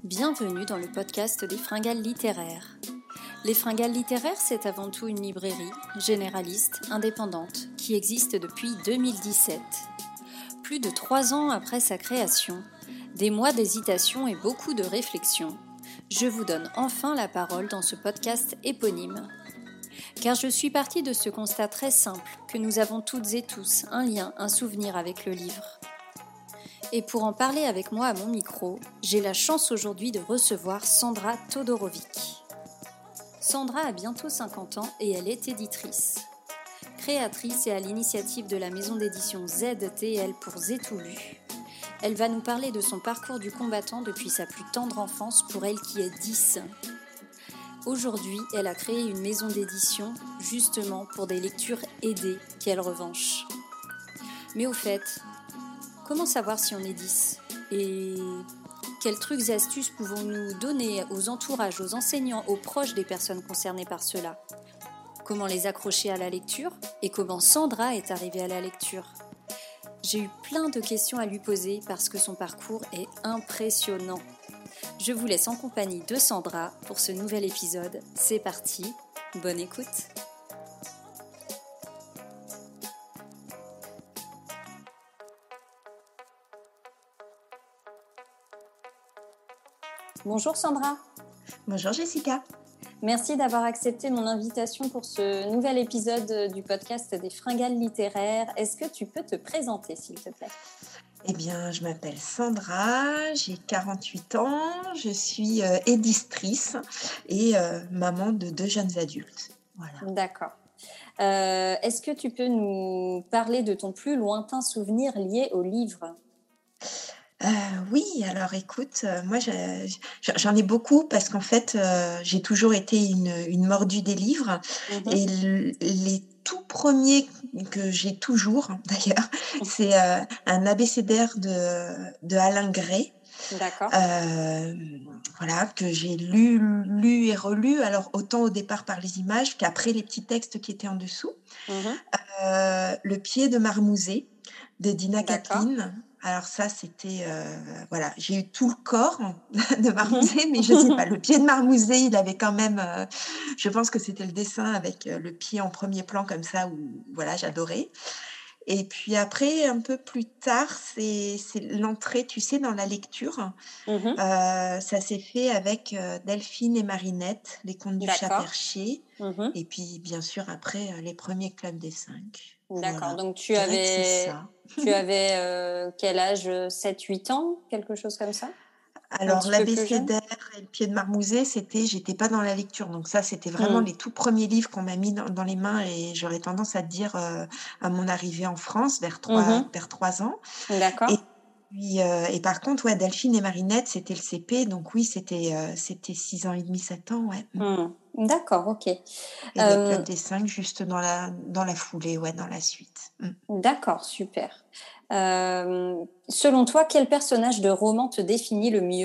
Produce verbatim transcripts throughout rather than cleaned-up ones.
Bienvenue dans le podcast des Fringales littéraires. Les Fringales littéraires, c'est avant tout une librairie généraliste, indépendante, qui existe depuis deux mille dix-sept. Plus de trois ans après sa création, des mois d'hésitation et beaucoup de réflexion, je vous donne enfin la parole dans ce podcast éponyme. Car je suis partie de ce constat très simple que nous avons toutes et tous un lien, un souvenir avec le livre. Et pour en parler avec moi à mon micro, j'ai la chance aujourd'hui de recevoir Sandra Todorovic. Sandra a bientôt cinquante ans et elle est éditrice. Créatrice et à l'initiative de la maison d'édition Z T L pour Zétoulu. Elle va nous parler de son parcours du combattant depuis sa plus tendre enfance pour elle qui est dix. Aujourd'hui, elle a créé une maison d'édition justement pour des lectures aidées, quelle revanche. Mais au fait, comment savoir si on est dix ? Et quels trucs et astuces pouvons-nous donner aux entourages, aux enseignants, aux proches des personnes concernées par cela ? Comment les accrocher à la lecture ? Et comment Sandra est arrivée à la lecture ? J'ai eu plein de questions à lui poser parce que son parcours est impressionnant. Je vous laisse en compagnie de Sandra pour ce nouvel épisode. C'est parti, bonne écoute. Bonjour Sandra. Bonjour Jessica. Merci d'avoir accepté mon invitation pour ce nouvel épisode du podcast des Fringales littéraires. Est-ce que tu peux te présenter, s'il te plaît ? Eh bien, je m'appelle Sandra, j'ai quarante-huit ans, je suis euh, éditrice et euh, maman de deux jeunes adultes. Voilà. D'accord. Euh, est-ce que tu peux nous parler de ton plus lointain souvenir lié au livre ? Euh, oui, alors écoute, euh, moi j'ai- j'en ai beaucoup parce qu'en fait euh, j'ai toujours été une, une mordue des livres Mhm. et l- les tout premiers que j'ai toujours d'ailleurs, c'est euh, un abécédaire de, de Alain Gray. D'accord. Euh, voilà, que j'ai lu, lu et relu, alors autant au départ par les images qu'après les petits textes qui étaient en dessous. Mhm. Euh, Le pied de Marmouset de Dina D'accord. Kathleen. Alors ça, c'était... euh, voilà, j'ai eu tout le corps de Mhm. Marmouset, mais je sais pas, le pied de Marmouset, il avait quand même... euh, je pense que c'était le dessin avec euh, le pied en premier plan comme ça, où voilà, j'adorais. Et puis après, un peu plus tard, c'est c'est l'entrée, tu sais, dans la lecture. Mhm. Euh, ça s'est fait avec euh, Delphine et Marinette, les contes du chat D'accord. perché. Mhm. Et puis, bien sûr, après, euh, les premiers clubs des cinq. D'accord. Voilà. Donc tu Je dirais que c'est avais, ça. tu avais euh, quel âge ? sept huit ans ? Quelque chose comme ça ? Un Alors, petit peu plus jeune ? l'abécédaire et le pied de Marmouset, c'était, j'étais pas dans la lecture. Donc ça, c'était vraiment Mhm. les tout premiers livres qu'on m'a mis dans, dans les mains. Et j'aurais tendance à dire euh, à mon arrivée en France, vers trois, Mhm. vers trois ans. D'accord. Et puis, euh, et par contre, ouais, Delphine et Marinette, c'était le C P. Donc oui, c'était euh, c'était six ans et demi, sept ans, ouais. Mhm. D'accord, ok. Et les Euh, clubs des cinq juste dans la, dans la foulée, ouais, dans la suite. Mm. d'accord, super. Euh, selon toi, quel personnage de roman te définit le mieux ?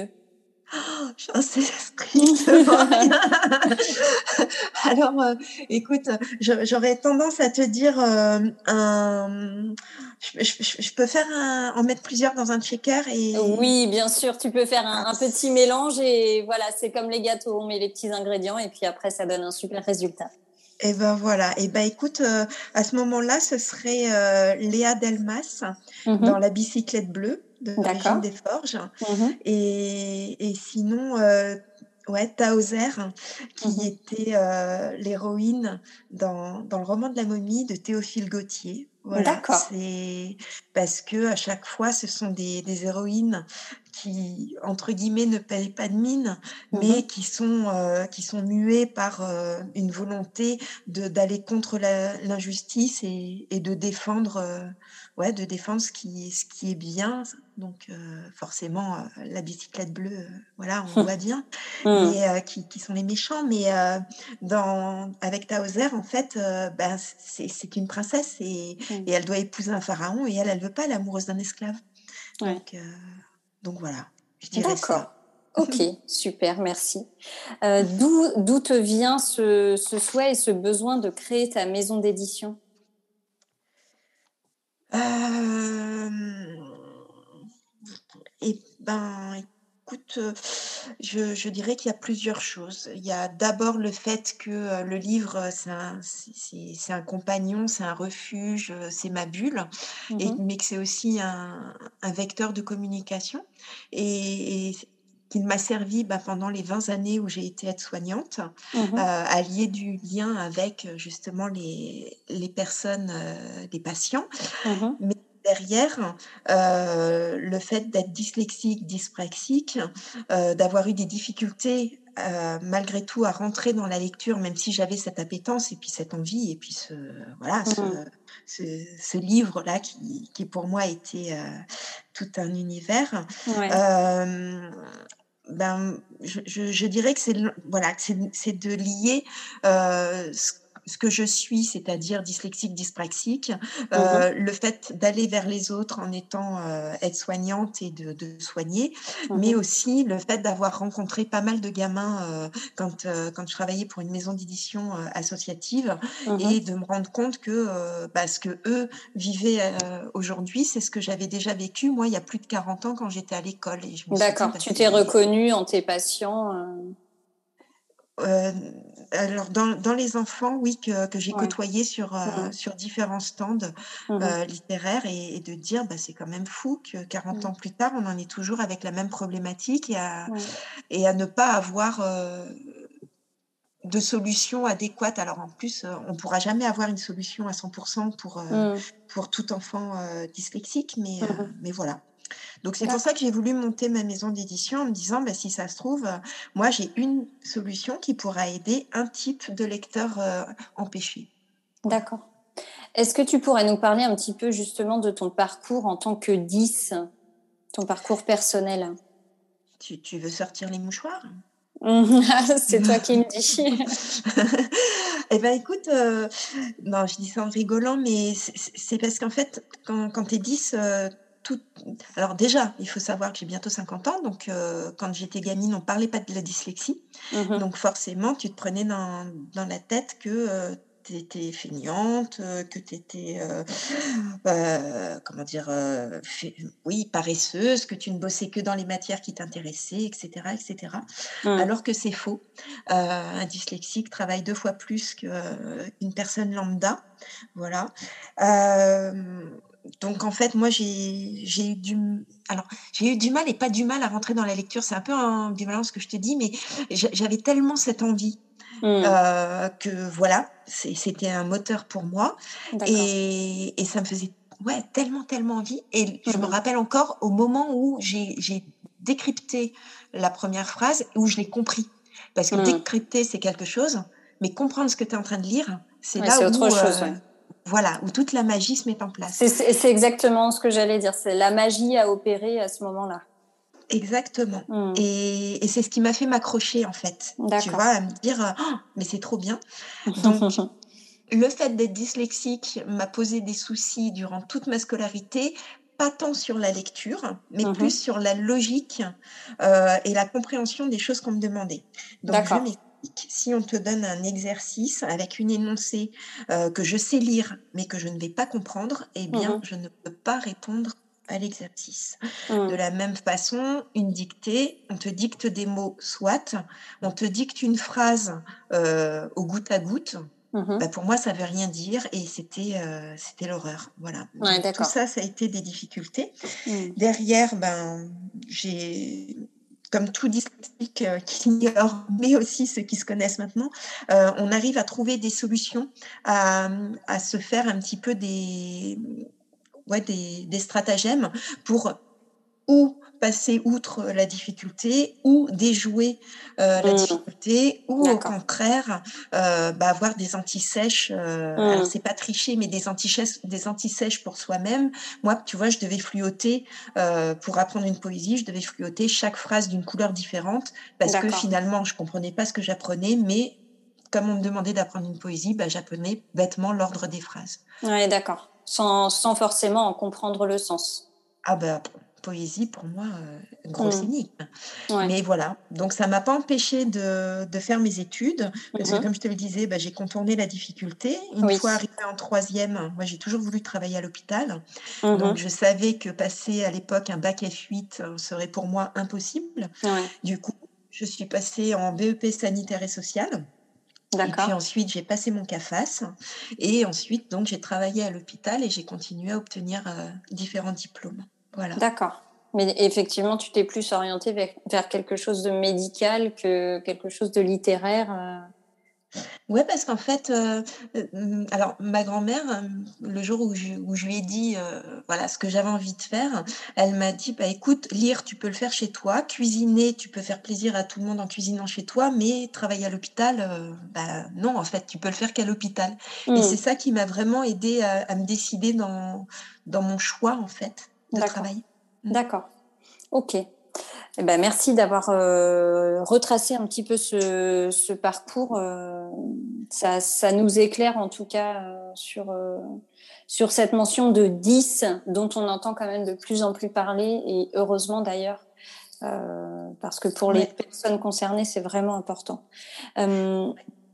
J'en sais strictement rien. Alors, euh, écoute, je- j'aurais tendance à te dire euh, un. Je, je- je peux faire un, en mettre plusieurs dans un shaker et. Oui, bien sûr, tu peux faire un, Ah, un petit mélange et voilà, c'est comme les gâteaux, on met les petits ingrédients et puis après ça donne un super résultat. et ben voilà. Et ben écoute, euh, à ce moment-là, ce serait euh, Léa Delmas dans Mhm. La bicyclette bleue de Régine D'accord. Desforges. Mhm. Et, et sinon, euh, ouais, Tahoser, qui Mhm. était euh, l'héroïne dans, dans le roman de la momie de Théophile Gautier. Voilà, D'accord. c'est parce que à chaque fois, ce sont des, des héroïnes qui, entre guillemets, ne payent pas de mine, mais Mhm. qui sont, euh, qui sont muées par euh, une volonté de, d'aller contre la, l'injustice et, et de défendre, euh, ouais, de défendre ce qui, ce qui est bien. Donc euh, forcément, euh, la bicyclette bleue, euh, voilà, on voit bien, Mhm. mais euh, qui, qui sont les méchants. Mais euh, dans, avec Tahoser, en fait, euh, ben, c'est, c'est une princesse et, Mhm. et elle doit épouser un pharaon et elle, elle veut pas, elle est amoureuse d'un esclave. Ouais. Donc, euh, donc voilà, je dirais D'accord. ça. Ok, super, merci. Euh, d'où, d'où te vient ce, ce souhait et ce besoin de créer ta maison d'édition ? Euh, et ben, Écoute, heu, je je dirais qu'il y a plusieurs choses. Il y a d'abord le fait que, heu, le livre, heu, c'est un c'est c'est c'est un compagnon, c'est un refuge, heu, c'est ma bulle Mmh et mh. mais que c'est aussi un un vecteur de communication et et qu'il m'a servi, bah, pendant les vingt années où j'ai été aide-soignante, heu, Mmh mh. à lier du lien avec, heu, justement les les personnes, heu, les patients. Mmh mh. Mais derrière, heu, le fait d'être dyslexique, dyspraxique, heu, d'avoir eu des difficultés, heu, malgré tout à rentrer dans la lecture, même si j'avais cette appétence et puis cette envie et puis ce voilà, ce Mmh. ce ce livre-là qui qui pour moi était, heu, tout un univers. Ouais. Hem, ben, je je je dirais que c'est l voilà, que c'est c'est de lier, heu, ce ce que je suis, c'est-à-dire dyslexique, dyspraxique, Mmh mh. heu, le fait d'aller vers les autres en étant, heu, aide-soignante et de de soigner, Mmh mais mh. aussi le fait d'avoir rencontré pas mal de gamins, heu, quand, heu, quand je travaillais pour une maison d'édition, heu, associative Mmh et mh. de me rendre compte que, heu, bah, ce qu'eux vivaient, heu, aujourd'hui, c'est ce que j'avais déjà vécu, moi, il y a plus de quarante ans quand j'étais à l'école et je me suis dit: D'accord. «Bah, Tu t'es c'est». reconnue en tes patients, heu? Heu, alors dans dans les enfants, oui, que que j'ai Ouais. côtoyés sur, heu, Mmh. sur différents stands, Mmh mh. heu, littéraires et et de dire, bah, c'est quand même fou que quarante Mmh. ans plus tard, on en est toujours avec la même problématique et à Ouais. et à ne pas avoir, heu, de solution adéquate. Alors en plus, heu, on pourra jamais avoir une solution à cent pour cent pour, heu, Mmh. pour tout enfant, heu, dyslexique, mais, Mmh heu, mh. mais voilà. Donc c'est pour ça D'accord. que j'ai voulu monter ma maison d'édition en me disant: «Bah, si ça se trouve, heu, moi j'ai une solution qui pourra aider un type de lecteur, heu, empêché». Voilà. D'accord. Est-ce que tu pourrais nous parler un petit peu justement de ton parcours en tant que dys, ton parcours personnel? Tu tu veux sortir les mouchoirs? Mmh. C'est toi qui me dis. Et ben écoute, heu, non, je dis ça en rigolant, mais c'est c'est c'est parce qu'en fait, quand quand tu es dys, heu, tout alors déjà, il faut savoir que j'ai bientôt cinquante ans, donc heu, quand j'étais gamine, on parlait pas de la dyslexie. Mmh mh. Donc forcément, tu te prenais dans dans la tête que, heu, tu étais feignante, heu, que tu étais, heu heu, comment dire? Heu, fé oui, paresseuse, que tu ne bossais que dans les matières qui t'intéressaient et cetera et cetera. Mmh. Alors que c'est faux. Heu, un dyslexique travaille deux fois plus que, heu, qu'une personne lambda, voilà. Hem, donc en fait, moi, j'ai j'ai eu du m alors, j'ai eu du mal et pas du mal à rentrer dans la lecture. C'est un peu ambivalent ce que je te dis, mais j'a j'avais tellement cette envie, Mmh. heu, que voilà, c'est c'était un moteur pour moi D'accord. et et ça me faisait, ouais, tellement, tellement envie et je Mmh me mh. rappelle encore au moment où j'ai j'ai décrypté la première phrase, où je l'ai compris. Parce que Mmh. décrypter, c'est quelque chose, mais comprendre ce que tu es en train de lire, c'est Ouais, là c'est autre où, chose, heu, ouais. voilà, où toute la magie se met en place. C'est c'est c'est exactement ce que j'allais dire, c'est la magie à opérer à ce moment-là. Exactement Mmh. et et c'est ce qui m'a fait m'accrocher, en fait, tu vois? D'accord. À me dire, heu: «Oh, mais c'est trop bien». Donc le fait d'être dyslexique m'a posé des soucis durant toute ma scolarité, pas tant sur la lecture, mais Mmh plus mh. sur la logique, heu et la compréhension des choses qu'on me demandait. Donc je D'accord. m'explique, si on te donne un exercice avec une énoncé, heu, que je sais lire, mais que je ne vais pas comprendre, eh Mmh bien, mh. je ne peux pas répondre à l'exercice. De Mmh. la même façon, une dictée, on te dicte des mots, soit, on te dicte une phrase, heu, au goutte à goutte. Mmh mh. Bah, pour moi, ça veut rien dire et c'était, heu, c'était l'horreur, voilà. Ouais, Donc tout d'accord. ça, ça a été des difficultés. Mmh. Derrière, ben, j'ai comme tout dyslexique, heu, qui ignore, mais aussi ceux qui se connaissent maintenant, heu, on arrive à trouver des solutions à, mmh, à se faire un petit peu des, mmh, ouais, des des stratagèmes pour ou passer outre la difficulté ou déjouer, heu, la Mmh. difficulté ou au D'accord. contraire, heu, bah, avoir des antisèches, heu, alors Mmh. c'est pas tricher, mais des antichèses des antisèches pour soi-même. Moi, tu vois, je devais fluoter, heu, pour apprendre une poésie, je devais fluoter chaque phrase d'une couleur différente parce que D'accord. finalement, je comprenais pas ce que j'apprenais, mais comme on me demandait d'apprendre une poésie, bah, j'apprenais bêtement l'ordre des phrases. Ouais, d'accord. Sans sans forcément en comprendre le sens. Ah bah, poésie pour moi, heu, grosse Mmh. énigme. Ouais. Mais voilà, donc ça m'a pas empêchée de de faire mes études parce Mmh que mh. comme je te le disais, bah, j'ai contourné la difficulté. Une Oui. fois arrivée en troisième, moi j'ai toujours voulu travailler à l'hôpital, Mmh donc mh. je savais que passer à l'époque un bac F huit, heu, serait pour moi impossible. Ouais. Du coup, je suis passée en B E P sanitaire et social et puis D'accord. ensuite j'ai passé mon CAFAS et ensuite donc j'ai travaillé à l'hôpital et j'ai continué à obtenir, heu, différents diplômes. Voilà. D'accord. Mais effectivement, tu t'es plus orientée vers vers quelque chose de médical que quelque chose de littéraire, heu? Ouais, parce qu'en fait, heu, heu, mmh, alors ma grand-mère, hem, le jour où je où je lui ai dit, heu, voilà ce que j'avais envie de faire, elle m'a dit: «Bah, écoute, lire, tu peux le faire chez toi, cuisiner, tu peux faire plaisir à tout le monde en cuisinant chez toi, mais travailler à l'hôpital, heu, bah, non, en fait, tu peux le faire qu'à l'hôpital» et c'est Mmh. ça qui m'a vraiment aidée à à me décider dans dans mon choix, en fait, de D'accord. travail. Mmh. D'accord. OK. Eh ben, merci d'avoir, heu, retracé un petit peu ce ce parcours, heu, ça ça nous éclaire en tout cas, heu, sur, heu, sur cette mention de dix dont on entend quand même de plus en plus parler et heureusement d'ailleurs, heu, parce que pour les Ouais. personnes concernées, c'est vraiment important. Hem,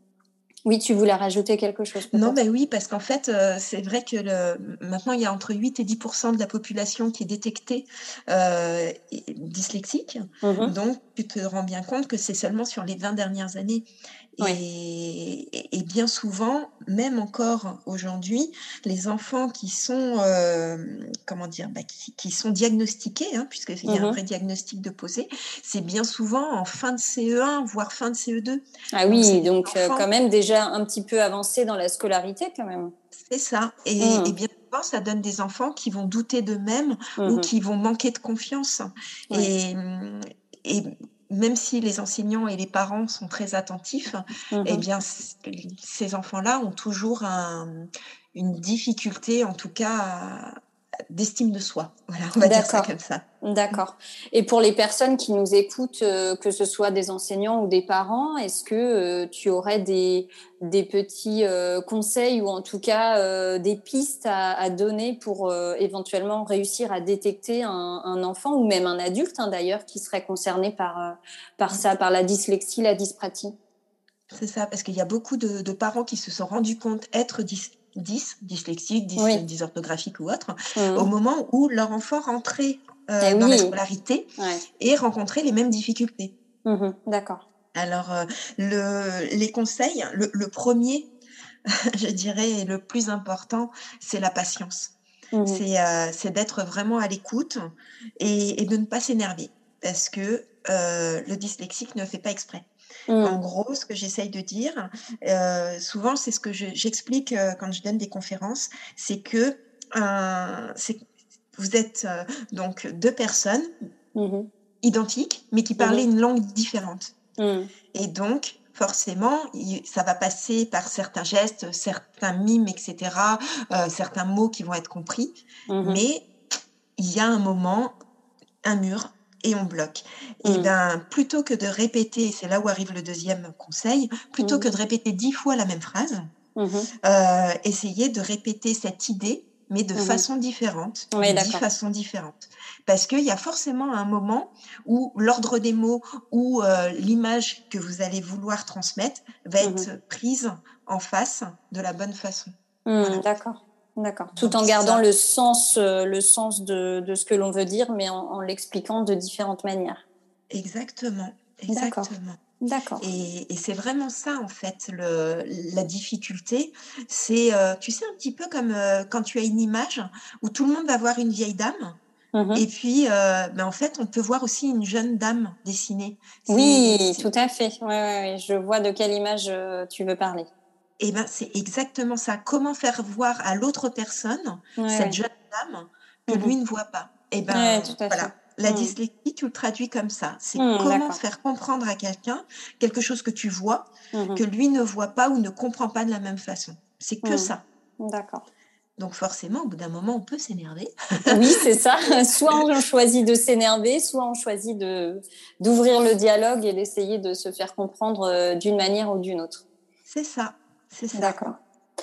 oui, tu voulais rajouter quelque chose Non, peut-être? mais oui, parce qu'en fait, heu, c'est vrai que le maintenant, il y a entre huit et dix de la population qui est détectée, heu, et dyslexique. Mmh mh. Donc tu te rends bien compte que c'est seulement sur les vingt dernières années Ouais. et et et bien souvent, même encore aujourd'hui, les enfants qui sont, hem, comment dire? Bah, qui qui sont diagnostiqués, hein, puisqu'il y a Mmh un mh. vrai diagnostic de posé, c'est bien souvent en fin de C E un, voire fin de C E deux. Ah Donc c'est oui, des donc heu, enfants quand même déjà un petit peu avancé dans la scolarité quand même? C'est ça et et Mmh. bien souvent, ça donne des enfants qui vont douter d'eux-mêmes Mmh ou mh. qui vont manquer de confiance Ouais. et mmh et même si les enseignants et les parents sont très attentifs, Mmh et mh. bien c ces enfants-là ont toujours un une difficulté, en tout cas, à d'estime de soi. Voilà, on va dire ça D'accord, comme ça. Mmh. d'accord et pour les personnes qui nous écoutent, heu, que ce soit des enseignants ou des parents, est-ce que, heu, tu aurais des des petits, heu, conseils ou en tout cas, heu, des pistes à à donner pour, heu, éventuellement réussir à détecter un un enfant ou même un adulte, hein, d'ailleurs, qui serait concerné par, heu, par Mmh. ça, par la dyslexie, la dyspraxie? C'est ça, parce qu'il y a beaucoup de de parents qui se sont rendus compte être dys dys, dyslexiques, dys Oui. dysorthographiques ou autres, Mmh au mh. moment où leur enfant rentrait, Eh heu, dans la oui! scolarité Ouais. et rencontrait les mêmes difficultés. Mmh mh. D'accord. Alors, heu, le les conseils, le le premier, je dirais et le plus important, c'est la patience. Mmh mh. C'est, heu, c'est d'être vraiment à l'écoute et et de ne pas s'énerver parce que, heu, le dyslexique ne fait pas exprès. En Mmh. gros, ce que j'essaye de dire, heu, souvent c'est ce que je j'explique, heu, quand je donne des conférences, c'est que, heu, c'est vous êtes, heu, donc deux personnes Mmh mh. identiques, mais qui Mmh parlaient mh. une langue différente Mmh. et donc forcément, i ça va passer par certains gestes, certains mimes et cetera, heu, certains mots qui vont être compris, Mmh mh. mais il y a un moment, un mur et on bloque et Mmh. ben, plutôt que de répéter, c'est là où arrive le deuxième conseil, plutôt Mmh que mh. de répéter dix fois la même phrase, Mmh mh. heu, essayez de répéter cette idée, mais de Mmh mh. façon différente, de Oui, dix d'accord. façons différentes. Parce qu'il y a forcément un moment où l'ordre des mots ou heu, l'image que vous allez vouloir transmettre va Mmh mh. être prise en face de la bonne façon. Mmh, Voilà, d'accord, d'accord. Tout donc en gardant ça le sens, heu, le sens de de ce que l'on veut dire, mais en en l'expliquant de différentes manières. exactement, D'accord, exactement. d'accord. Et et c'est vraiment ça, en fait, le la difficulté. C'est, heu, tu sais, un petit peu comme, heu, quand tu as une image où tout le monde va voir une vieille dame Mmh et mh. puis, heu, ben, en fait, on peut voir aussi une jeune dame dessinée. C'est Oui, tout c'est à fait. Ouais, ouais, ouais, je vois de quelle image, heu, tu veux parler. et ben, c'est exactement ça. Comment faire voir à l'autre personne, Ouais, cette ouais. jeune dame, que Mmh lui mh. ne voit pas? Et Ouais, ben, tout à fait. voilà, la Mmh. dyslexie, tu le traduis comme ça. C'est Mmh, comment d'accord. faire comprendre à quelqu'un quelque chose que tu vois, Mmh que mh. lui ne voit pas ou ne comprend pas de la même façon. C'est que Mmh. ça. D'accord. Donc forcément, au bout d'un moment, on peut s'énerver. Oui, c'est ça. Soit on choisit de s'énerver, soit on choisit de d'ouvrir le dialogue et d'essayer de se faire comprendre, heu, d'une manière ou d'une autre. C'est ça, c'est ça. D'accord.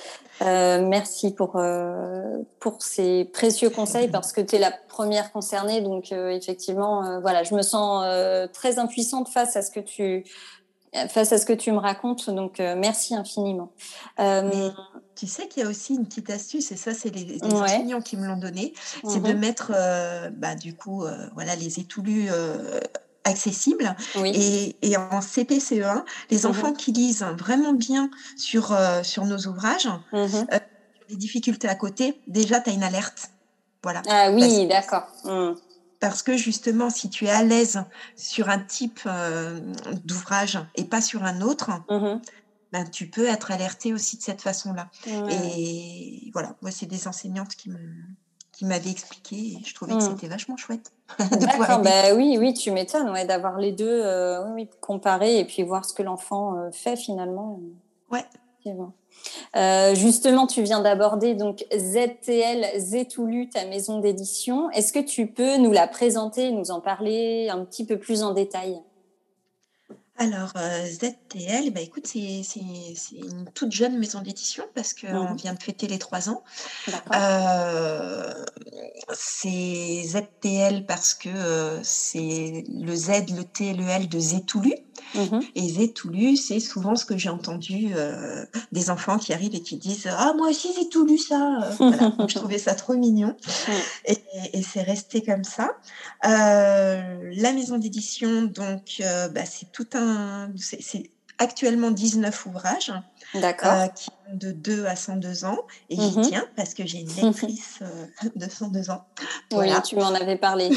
Euh, merci pour, euh, pour ces précieux conseils parce que tu es la première concernée. Donc, euh, effectivement, euh, voilà, je me sens euh, très impuissante face à ce que tu, face à ce que tu me racontes. Donc, euh, merci infiniment. Euh, Mais tu sais qu'il y a aussi une petite astuce, et ça, c'est les, les ouais. enseignants qui me l'ont donné, c'est de Mhm. mettre, euh, bah, du coup, euh, voilà, les étoulus euh, accessibles. Oui. Et, et en C P C E un, les enfants Mhm. qui lisent vraiment bien sur, euh, sur nos ouvrages, Mhm. euh, sur les difficultés à côté, déjà, tu as une alerte. Voilà. Ah Parce, oui, d'accord. Mhm. parce que justement, si tu es à l'aise sur un type euh, d'ouvrage et pas sur un autre, Mhm. ben, tu peux être alerté aussi de cette façon-là. Ouais, ouais. Et voilà, moi, c'est des enseignantes qui m'ont qui m'avaient expliqué et je trouvais que Mhm. c'était vachement chouette de pouvoir D'accord, aider. bah oui, oui, tu m'étonnes, ouais, d'avoir les deux, euh, oui, oui, comparer et puis voir ce que l'enfant euh, fait finalement. Ouais. C'est bon. Euh, justement, tu viens d'aborder donc Z T L, Zetoulu, ta maison d'édition. Est-ce que tu peux nous la présenter, nous en parler un petit peu plus en détail? Alors, euh, Z T L, bah, écoute, c'est c'est- c'est une toute jeune maison d'édition parce qu'on Mhm. vient de fêter les trois ans. D'accord. Euh, c'est Z T L parce que euh, c'est le Z, le T et le L de Zetoulu. Mhm. Et Zetoulu, c'est souvent ce que j'ai entendu euh, des enfants qui arrivent et qui disent «Ah, moi aussi j'ai tout lu ça!» euh, Voilà, donc je trouvais ça trop mignon et, et c'est resté comme ça. Euh, la maison d'édition, donc, euh, bah, c'est tout un... C'est, c'est actuellement dix-neuf ouvrages D'accord. euh, qui ont de deux à cent deux ans et j'y Mhm. tiens parce que j'ai une lectrice euh, de cent deux ans. Oui, Voilà. tu m'en avais parlé.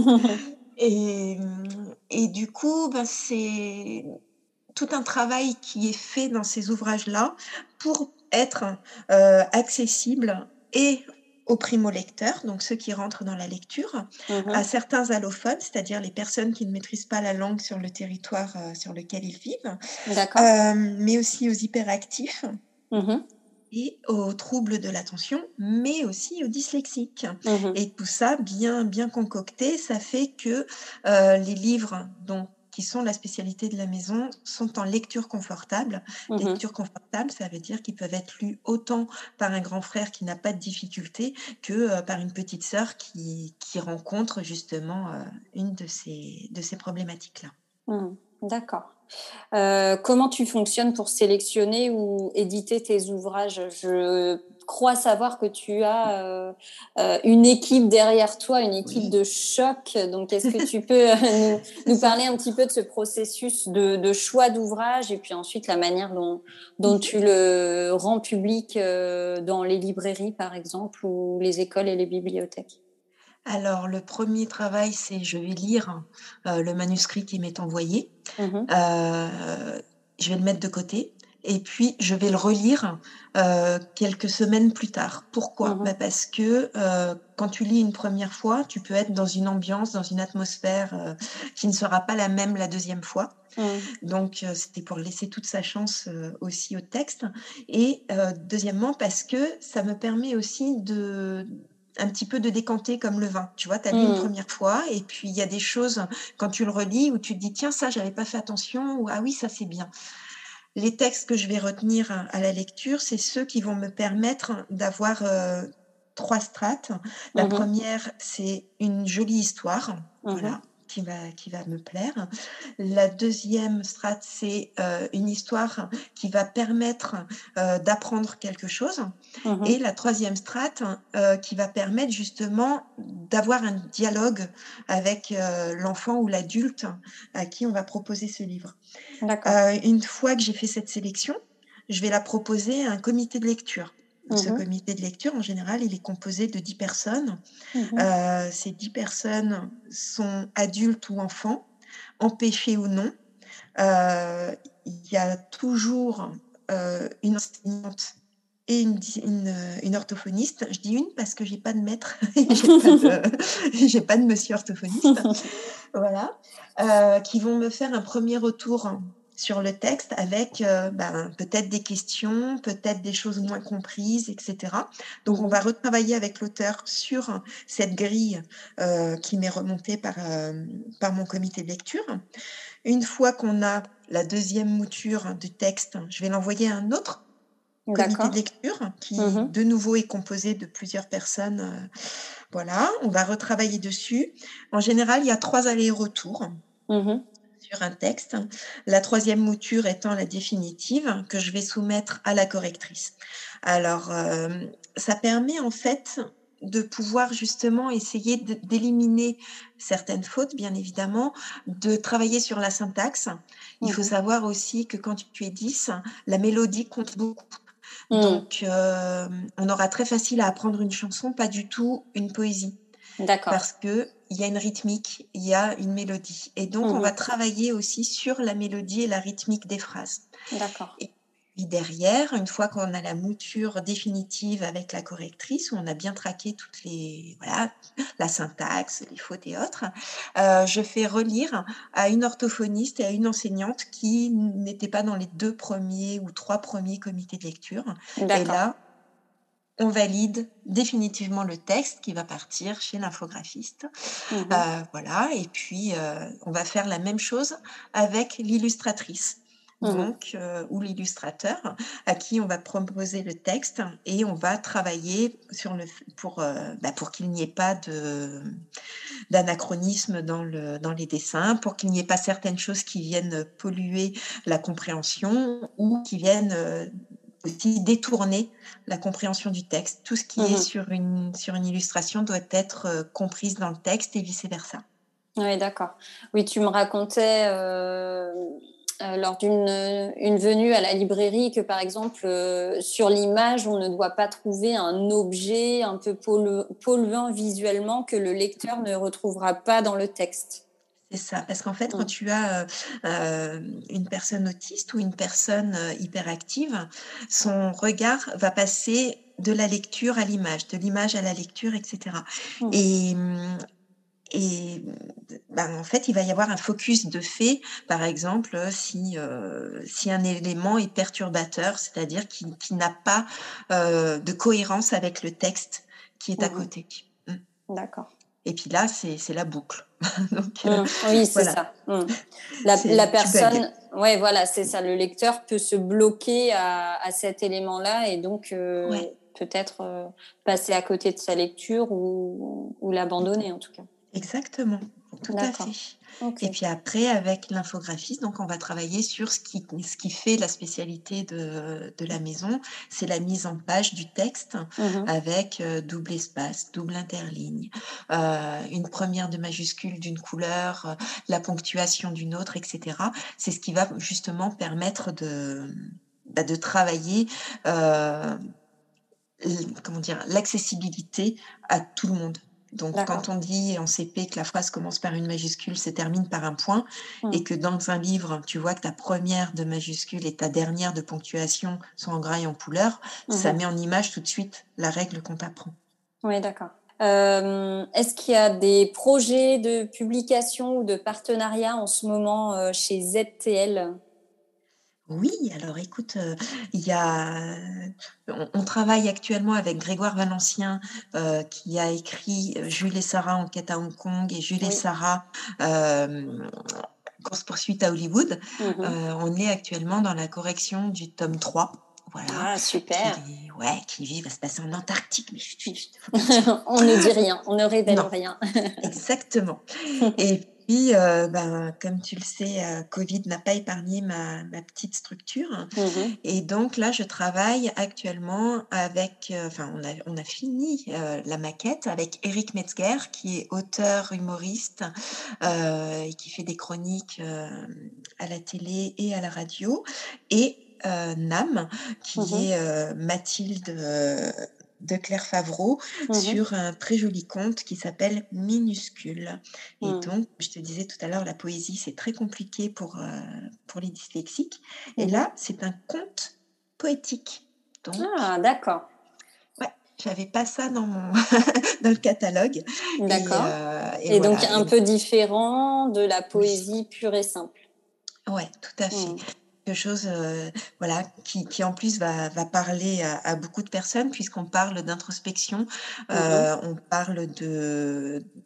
Et, et du coup, ben, c'est tout un travail qui est fait dans ces ouvrages-là pour être euh, accessible et aux primo-lecteurs, donc ceux qui rentrent dans la lecture, à Mhm. certains allophones, c'est-à-dire les personnes qui ne maîtrisent pas la langue sur le territoire euh, sur lequel ils vivent, D'accord. euh, mais aussi aux hyperactifs Mhm. et aux troubles de l'attention, mais aussi aux dyslexiques. Mhm. Et tout ça bien, bien concocté, ça fait que euh, les livres donc, qui sont la spécialité de la maison sont en lecture confortable. Mhm. Lecture confortable, ça veut dire qu'ils peuvent être lus autant par un grand frère qui n'a pas de difficulté que euh, par une petite sœur qui, qui rencontre justement euh, une de ces, de ces problématiques-là. Mhm. D'accord. Euh, comment tu fonctionnes pour sélectionner ou éditer tes ouvrages? Je crois savoir que tu as euh, euh, une équipe derrière toi, une équipe Oui, de choc. Donc, est-ce que tu peux euh, nous, c'est nous ça. parler un petit peu de ce processus de, de choix d'ouvrage et puis ensuite la manière dont, dont Mhm. tu le rends public euh, dans les librairies, par exemple, ou les écoles et les bibliothèques? Alors, le premier travail, c'est je vais lire euh, le manuscrit qui m'est envoyé. Mhm. Euh, je vais le mettre de côté et puis je vais le relire euh, quelques semaines plus tard. Pourquoi? Bah Mhm. parce que euh, quand tu lis une première fois, tu peux être dans une ambiance, dans une atmosphère euh, qui ne sera pas la même la deuxième fois. Mhm. Donc, euh, c'était pour laisser toute sa chance euh, aussi au texte. Et euh, deuxièmement, parce que ça me permet aussi de un petit peu de décanter comme le vin. Tu vois, tu as lu une Mhm. première fois et puis il y a des choses quand tu le relis où tu te dis tiens ça j'avais pas fait attention ou ah oui ça c'est bien. Les textes que je vais retenir à, à la lecture, c'est ceux qui vont me permettre d'avoir euh, trois strates. La Mhm. première, c'est une jolie histoire, Mhm. voilà, qui va, qui va me plaire. La deuxième strate, c'est euh, une histoire qui va permettre euh, d'apprendre quelque chose. Et Mhm. la troisième strate, euh, qui va permettre justement d'avoir un dialogue avec euh, l'enfant ou l'adulte à qui on va proposer ce livre. D'accord. Heu, une fois que j'ai fait cette sélection, je vais la proposer à un comité de lecture. Ce Mhm. comité de lecture, en général, il est composé de dix personnes. Mhm. Heu, ces dix personnes sont adultes ou enfants, empêchés ou non. Heu, il y a toujours, heu, une enseignante et une di une, heu, une orthophoniste. Je dis une parce que j'ai pas de maître et j'ai pas de j'ai pas de monsieur orthophoniste. Voilà, heu, qui vont me faire un premier retour sur le texte avec, heu, ben, peut-être des questions, peut-être des choses moins comprises et cetera. Donc on Mhm. va retravailler avec l'auteur sur cette grille, heu, qui m'est remontée par, hem, par mon comité de lecture. Une fois qu'on a la deuxième mouture du texte, je vais l'envoyer à un autre comité de D'accord. lecture qui, Mmh. de nouveau, est composé de plusieurs personnes, heu, voilà, on va retravailler dessus. En général, il y a trois allers-retours Mmh. sur un texte. La troisième mouture étant la définitive que je vais soumettre à la correctrice. Alors, hem, ça permet en fait de pouvoir justement essayer de d'éliminer certaines fautes, bien évidemment, de travailler sur la syntaxe. Il faut Mmh. savoir aussi que quand tu es dix, la mélodie compte beaucoup. Mmh. Donc, hem, on aura très facile à apprendre une chanson, pas du tout une poésie. D'accord. Parce qu'il y a une rythmique, il y a une mélodie et donc on va Mmh. travailler aussi sur la mélodie et la rythmique des phrases D'accord. et puis derrière, une fois qu'on a la mouture définitive avec la correctrice, où on a bien traqué toutes les voilà, la syntaxe, les fautes et autres, heu, je fais relire à une orthophoniste et à une enseignante qui n'étaient pas dans les deux premiers ou trois premiers comités de lecture et D'accord. là, on valide définitivement le texte qui va partir chez l'infographiste. Mmh. Heu, voilà et puis, heu, on va faire la même chose avec l'illustratrice, Mmh. donc heu, ou l'illustrateur à qui on va proposer le texte et on va travailler sur le f pour, heu, bah, pour qu'il n'y ait pas de d'anachronisme dans le dans les dessins, pour qu'il n'y ait pas certaines choses qui viennent polluer la compréhension ou qui viennent, heu, aussi détourner la compréhension du texte. Tout ce qui est Mmh. sur une sur une illustration doit être, heu, comprise dans le texte et vice versa. Oui, d'accord. Oui, tu me racontais, heu heu, lors d'une, une venue à la librairie que, par exemple, heu, sur l'image, on ne doit pas trouver un objet un peu pollu polluant visuellement que le lecteur ne retrouvera pas dans le texte. C'est ça, parce qu'en fait, quand Mmh. tu as, heu, hem, une personne autiste ou une personne, heu, hyperactive, son regard va passer de la lecture à l'image, de l'image à la lecture et cetera Mmh. et mmh et mmh, ben, en fait, il va y avoir un focus de fait, par exemple, heu, si, heu, si un élément est perturbateur, c'est-à-dire qui qui n'a pas, heu, de cohérence avec le texte qui est à Mmh. côté. Mmh D'accord. et puis là, c'est c'est la boucle. Donc heu, Mmh. Oui, c'est voilà, ça. Mmh. La la c'est tu bugs. personne ouais, voilà, c'est ça. Le lecteur peut se bloquer à à cet élément-là et donc heu, Ouais, peut-être, heu, passer à côté de sa lecture ou ou l'abandonner, en tout cas. exactement, tout à fait D'accord. et OK. puis après avec l'infographiste, donc on va travailler sur ce qui ce qui fait la spécialité de de la maison, c'est la mise en page du texte Mmh. avec, heu, double espace, double interligne, heu, une première de majuscule d'une couleur, heu, la ponctuation d'une autre et cetera. C'est ce qui va justement permettre de, bah, de travailler, heu L comment dire? L'accessibilité à tout le monde. Donc quand D'accord. on dit en C P que la phrase commence par une majuscule, se termine par un point et Mmh. que dans un livre, tu vois que ta première de majuscule et ta dernière de ponctuation sont en gras et en couleur, ça Mmh. met en image tout de suite la règle qu'on t'apprend. Oui, d'accord. Hem, est-ce qu'il y a des projets de publication ou de partenariat en ce moment, heu, chez Z T L? Oui, alors écoute, heu, il y a on on travaille actuellement avec Grégoire Valencien, heu, qui a écrit, heu, Jules et Sarah enquête à Hong Kong et Jules et Oui. Sarah, hem, course-poursuite à Hollywood. Heu, Mmh. on est actuellement dans la correction du tome trois, voilà, Ah, super. qui ouais, qui lui va se passer en Antarctique, mais chut, chut, chut, faut pas dire. On ne dit rien, on ne révèle Non. rien. Exactement et puis, heu, ben, comme tu le sais, heu, Covid n'a pas épargné ma ma petite structure Mmh. et donc là, je travaille actuellement avec, heu, enfin, on a on a fini, heu, la maquette avec Éric Metzger qui est auteur, humoriste, heu et qui fait des chroniques, hem, à la télé et à la radio et heu, Nam qui Mmh. est, heu, Mathilde, heu, de Claire Favreau Mmh. sur un très joli conte qui s'appelle Minuscule et Mmh. donc je te disais tout à l'heure, la poésie, c'est très compliqué pour, heu, pour les dyslexiques et Mmh. là, c'est un conte poétique. Donc Ah, d'accord, ouais, j'avais pas ça dans mon dans le catalogue et d'accord heu et et donc voilà et un peu différent de la oui, poésie pure et simple? ouais, tout à fait. Mmh. Quelque chose, heu, voilà, qui qui en plus va va parler à à beaucoup de personnes puisqu'on parle d'introspection, Mmh. heu, on parle de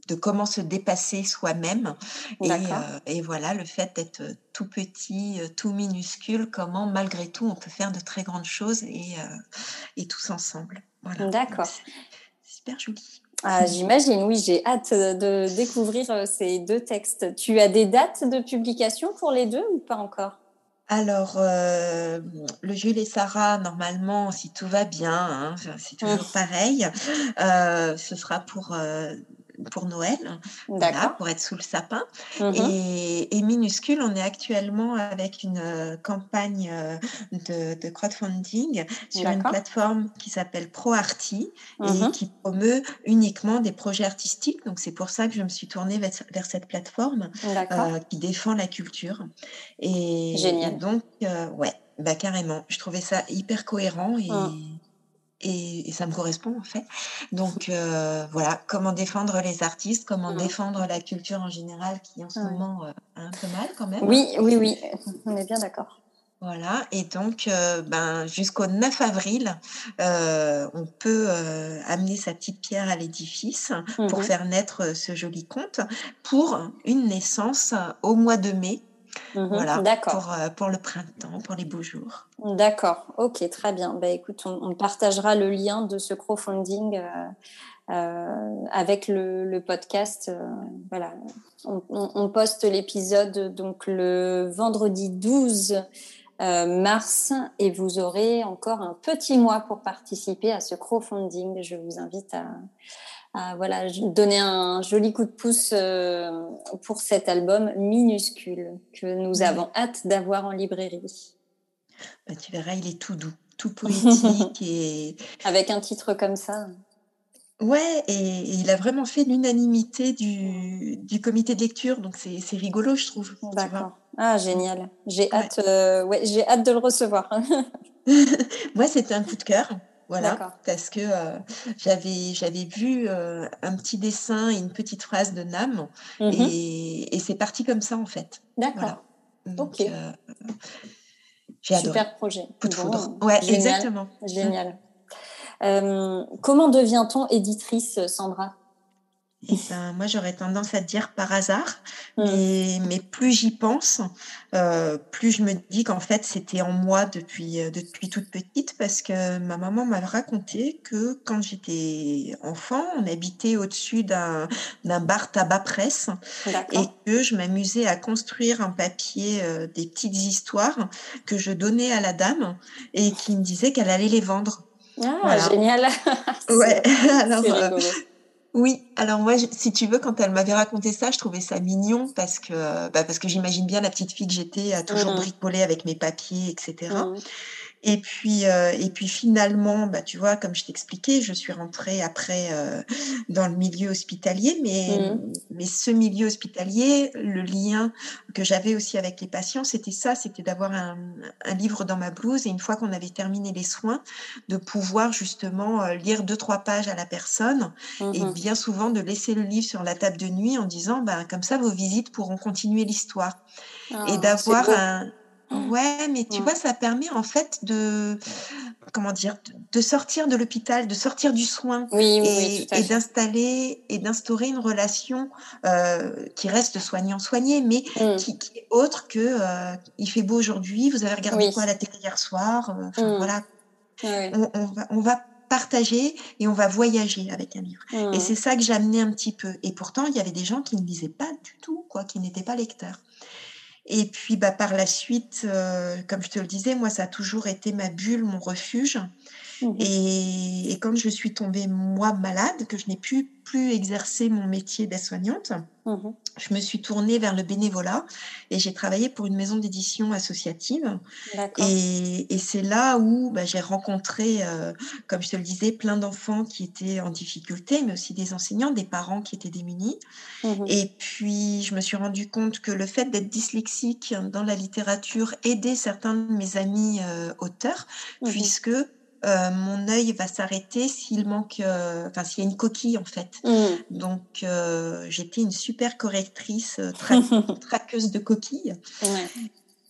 de comment se dépasser soi-même et, D'accord. euh, et voilà, le fait d'être tout petit, euh, tout minuscule, comment malgré tout on peut faire de très grandes choses et, euh, et tous ensemble. Voilà, donc D'accord. c'est c'est super joli. Ah, j'imagine, oui, j'ai hâte de découvrir euh, ces deux textes. Tu as des dates de publication pour les deux ou pas encore? Alors, heu, le Jules et Sarah, normalement, si tout va bien, hein, enfin, c'est toujours Mmh. pareil, heu, ce sera pour, heu, pour Noël, voilà, D'accord. pour être sous le sapin Mmh. et et Minuscule, on est actuellement avec une, heu, campagne, heu, de de crowdfunding sur une D'accord. plateforme qui s'appelle ProArty et Mmh. qui promeut uniquement des projets artistiques. Donc c'est pour ça que je me suis tournée vers vers cette plateforme, D'accord. heu, qui défend la culture. Et et Génial. donc heu, ouais, bah, carrément, je trouvais ça hyper cohérent Mmh. et et et ça me correspond, en fait. Donc heu, voilà, comment défendre les artistes, comment Mmh. défendre la culture en général qui, en ce Ouais. moment, heu, a un peu mal quand même, hein. Oui, oui, oui, on est bien d'accord. Voilà et donc heu, ben, jusqu'au neuf avril, heu, on peut, heu, amener sa petite pierre à l'édifice pour Mmh. faire naître, heu, ce joli conte pour une naissance, heu, au mois de mai. Mmh. Voilà, D'accord. pour, heu, pour le printemps, pour les beaux jours. D'accord. OK, très bien. Bah, écoute, on on partagera le lien de ce crowdfunding, heu heu, avec le le podcast, heu, voilà. On on on poste l'épisode donc le vendredi douze heu, mars et vous aurez encore un petit mois pour participer à ce crowdfunding. Je vous invite à à voilà, j donner un joli coup de pouce, heu, pour cet album minuscule que nous Ouais, avons hâte d'avoir en librairie. bah, tu verras, il est tout doux, tout poétique et Avec un titre comme ça. ouais et et il a vraiment fait l'unanimité Mmh. du du comité de lecture, donc c'est c'est rigolo, je trouve, tu vois? D'accord. Ah Mmh. génial. J'ai Ouais. hâte, heu, ouais, j'ai hâte de le recevoir. Moi, c'était un coup de cœur, voilà, D'accord. parce que, heu, j'avais j'avais vu, heu, un petit dessin et une petite phrase de Nam Mmh. et et c'est parti comme ça, en fait. D'accord. Voilà, donc OK. heu, j'ai adoré. Super projet. Coup de foudre. Bon, Ouais, génial, exactement. Mmh. génial. Hem, comment devient-on éditrice, Sandra? Et ben, moi, j'aurais tendance à dire par hasard, Mmh. mais mais plus j'y pense, heu, plus je me dis qu'en fait, c'était en moi depuis, heu, depuis toute petite parce que ma maman m'avait raconté que quand j'étais enfant, on habitait au-dessus d'un d'un bar tabac presse D'accord. et que je m'amusais à construire en papier, heu, des petites histoires que je donnais à la dame et qui me disait qu'elle allait les vendre. Ah Voilà. génial! Ouais, C'est c'est alors, heu rigolo. oui, alors moi, j si tu veux, quand elle m'avait raconté ça, je trouvais ça mignon parce que, bah, parce que j'imagine bien la petite fille que j'étais à toujours Mmh. bricoler avec mes papiers et cetera. Mmh. Et puis, heu et puis finalement, bah, tu vois, comme je t'expliquais, je suis rentrée après, heu, dans le milieu hospitalier, mais Mmh. mais ce milieu hospitalier, le lien que j'avais aussi avec les patients, c'était ça, c'était d'avoir un un livre dans ma blouse et une fois qu'on avait terminé les soins, de pouvoir justement, heu, lire deux trois pages à la personne et Mmh. bien souvent de laisser le livre sur la table de nuit en disant: «Ben, comme ça, vos visites pourront continuer l'histoire» et Ah, c'est d'avoir beau. un ouais, mais tu Mmh. vois, ça permet en fait de comment dire? De de sortir de l'hôpital, de sortir du soin Oui, oui, oui, tout et à et fait. d'installer et d'instaurer une relation, heu, qui reste soignant-soigné, mais Mmh. qui qui est autre que, heu: «Il fait beau aujourd'hui, vous avez regardé Oui. quoi à la télé hier soir?» heu, enfin Mmh. voilà. Oui, oui. On on va on va partager et on va voyager avec un livre et Mmh. c'est ça que j'amenais un petit peu et pourtant il y avait des gens qui ne lisaient pas du tout quoi, qui n'étaient pas lecteurs. Et puis, bah, par la suite, heu, comme je te le disais, moi, ça a toujours été ma bulle, mon refuge Mmh mh. et et quand je suis tombée, moi, malade, que je n'ai pu plus exercer mon métier d'aide-soignante, Mmh mh. je me suis tournée vers le bénévolat et j'ai travaillé pour une maison d'édition associative D'accord. et et c'est là où, bah, j'ai rencontré, heu, comme je te le disais, plein d'enfants qui étaient en difficulté, mais aussi des enseignants, des parents qui étaient démunis Mmh mh. et puis, je me suis rendu compte que le fait d'être dyslexique dans la littérature aidait certains de mes amis, heu, auteurs, Mmh mh. puisque, heu, mon œil va s'arrêter s'il manque, heu, enfin, s'il y a une coquille, en fait. Mmh. Donc, heu, j'étais une super correctrice, heu, traque traqueuse de coquilles Ouais.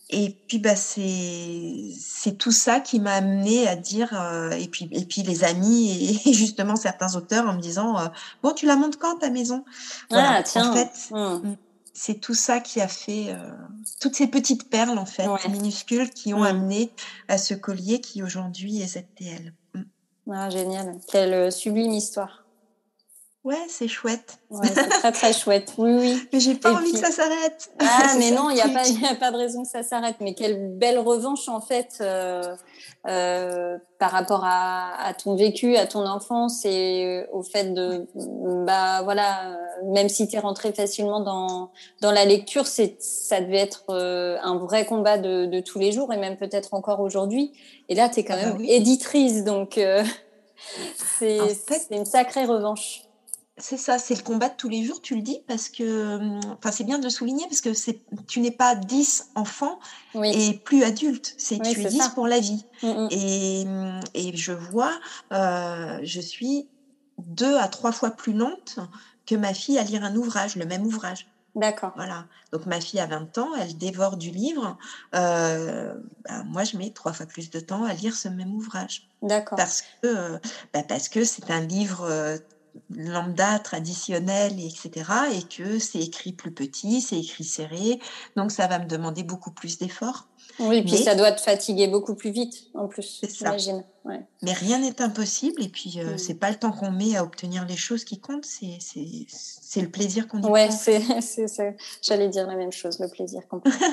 Et puis, bah, c'est c'est tout ça qui m'a amenée à dire, heu et puis et puis les amis et et justement certains auteurs en me disant, heu: «Bon, tu la montes quand ta maison?» Ah Voilà, en tiens! fait, Mmh. mmh, c'est tout ça qui a fait, heu, toutes ces petites perles en fait, Ouais. minuscules qui ont Mmh. amené à ce collier qui aujourd'hui est Z T L. Mmh. Ah génial, quelle, heu, sublime histoire. Ouais, c'est chouette. Ouais, c'est très, très chouette. Oui, oui Mais j'ai et pas envie que puis ça s'arrête. ah C'est mais ça le non, il y a pas truc. il y a pas de raison que ça s'arrête, mais quelle belle revanche en fait, heu heu, par rapport à à ton vécu, à ton enfance et au fait Ouais. de, bah, voilà, heu, même si tu es rentrée facilement dans dans la lecture, c'est ça devait être, heu, un vrai combat de de tous les jours et même peut-être encore aujourd'hui et là, tu es quand Ah bah même oui. éditrice donc heu, En c'est fait c'est une sacrée revanche. c'est ça, c'est le combat de tous les jours, tu le dis, parce que, mmh, enfin, c'est bien de le souligner parce que c'est tu n'es pas dix enfants Oui, et plus adulte, c'est oui, tu es c'est dix ça. pour la vie Mmh mh. et mmh et je vois, heu, je suis deux à trois fois plus lente que ma fille à lire un ouvrage, le même ouvrage. D'accord, Voilà, donc ma fille a vingt ans, elle dévore du livre, heu, bah, moi je mets trois fois plus de temps à lire ce même ouvrage. d'accord. Parce que, heu, bah, parce que c'est un livre, heu, lambda, traditionnel et cetera et que c'est écrit plus petit, c'est écrit serré, donc ça va me demander beaucoup plus d'efforts. Oui, puis Mais ça doit te fatiguer beaucoup plus vite, en plus, c'est ça, j'imagine. Ouais. mais rien n'est impossible et puis, heu, Mmh. c'est pas le temps qu'on met à obtenir les choses qui comptent, c'est c'est c'est le plaisir qu'on y Ouais, prend. c'est c'est c'est j'allais dire la même chose, le plaisir qu'on prend.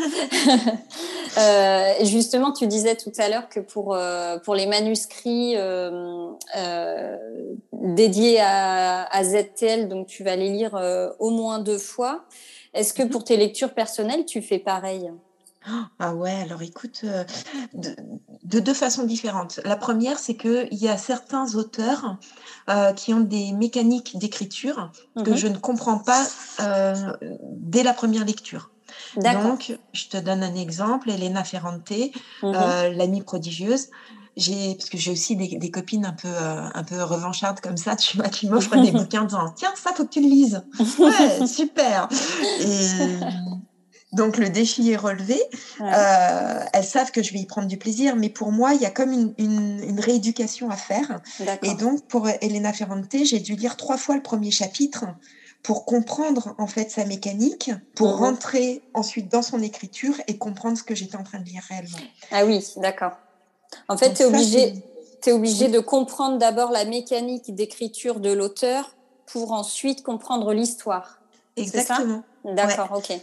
Heu, justement, tu disais tout à l'heure que pour, heu, pour les manuscrits, hem, heu, dédiés à à Z T L, donc tu vas les lire, heu, au moins deux fois. Est-ce que Mmh. pour tes lectures personnelles, tu fais pareil? Ah ouais, alors écoute, heu, de de deux façons différentes. La première, c'est qu'il y a certains auteurs, heu, qui ont des mécaniques d'écriture Mmh que mh. je ne comprends pas, heu, dès la première lecture. D'accord. Donc, je te donne un exemple, Elena Ferrante, heu, Mmh mh. L'amie prodigieuse. J'ai parce que j'ai aussi des des copines un peu, heu, un peu revanchardes comme ça, tu vois, qui m'offrent des bouquins en disant: «Tiens, ça, faut que tu le lises». Ouais, super et donc le défi est relevé. Ouais, Heu, elles savent que je vais y prendre du plaisir, mais pour moi, il y a comme une une une rééducation à faire et d'accord. donc pour Elena Ferrante, j'ai dû lire trois fois le premier chapitre pour comprendre, en fait, sa mécanique, pour Mmh mh. rentrer ensuite dans son écriture et comprendre ce que j'étais en train de lire réellement. Ah oui, d'accord. En fait, Donc tu es ça, c'est obligé tu es obligé oui, de comprendre d'abord la mécanique d'écriture de l'auteur pour ensuite comprendre l'histoire. C'est ça? exactement. Ouais. D'accord, OK.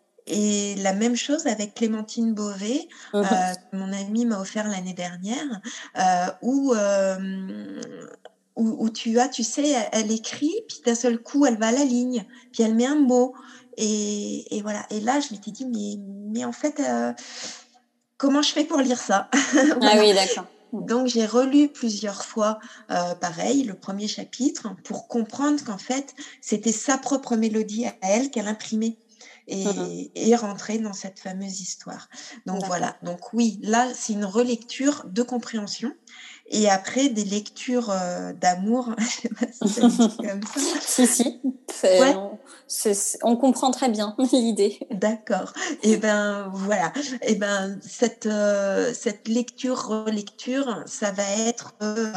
Et la même chose avec Clémentine Beauvais, heu, Mmh mh. que mon amie m'a offert l'année dernière, heu, où, hem, où où tu as tu sais, elle elle écrit, puis d'un seul coup, elle va à la ligne, puis elle met un mot et et voilà et là, je m'étais dit: «Mais mais en fait, heu, comment je fais pour lire ça?» Ah Voilà. oui, d'accord. Mmh. Donc j'ai relu plusieurs fois, heu, pareil, le premier chapitre pour comprendre qu'en fait, c'était sa propre mélodie à elle qu'elle imprimait Mmh mh. et et rentrer dans cette fameuse histoire. Donc D'accord. voilà, donc oui, là, c'est une relecture de compréhension et après des lectures, heu, d'amour, je sais pas si ça se dit comme ça? Si, si, c'est Ouais? on c'est c on comprend très bien l'idée. D'accord et ben, voilà et ben, cette, heu, cette lecture, relecture, ça va être, heu,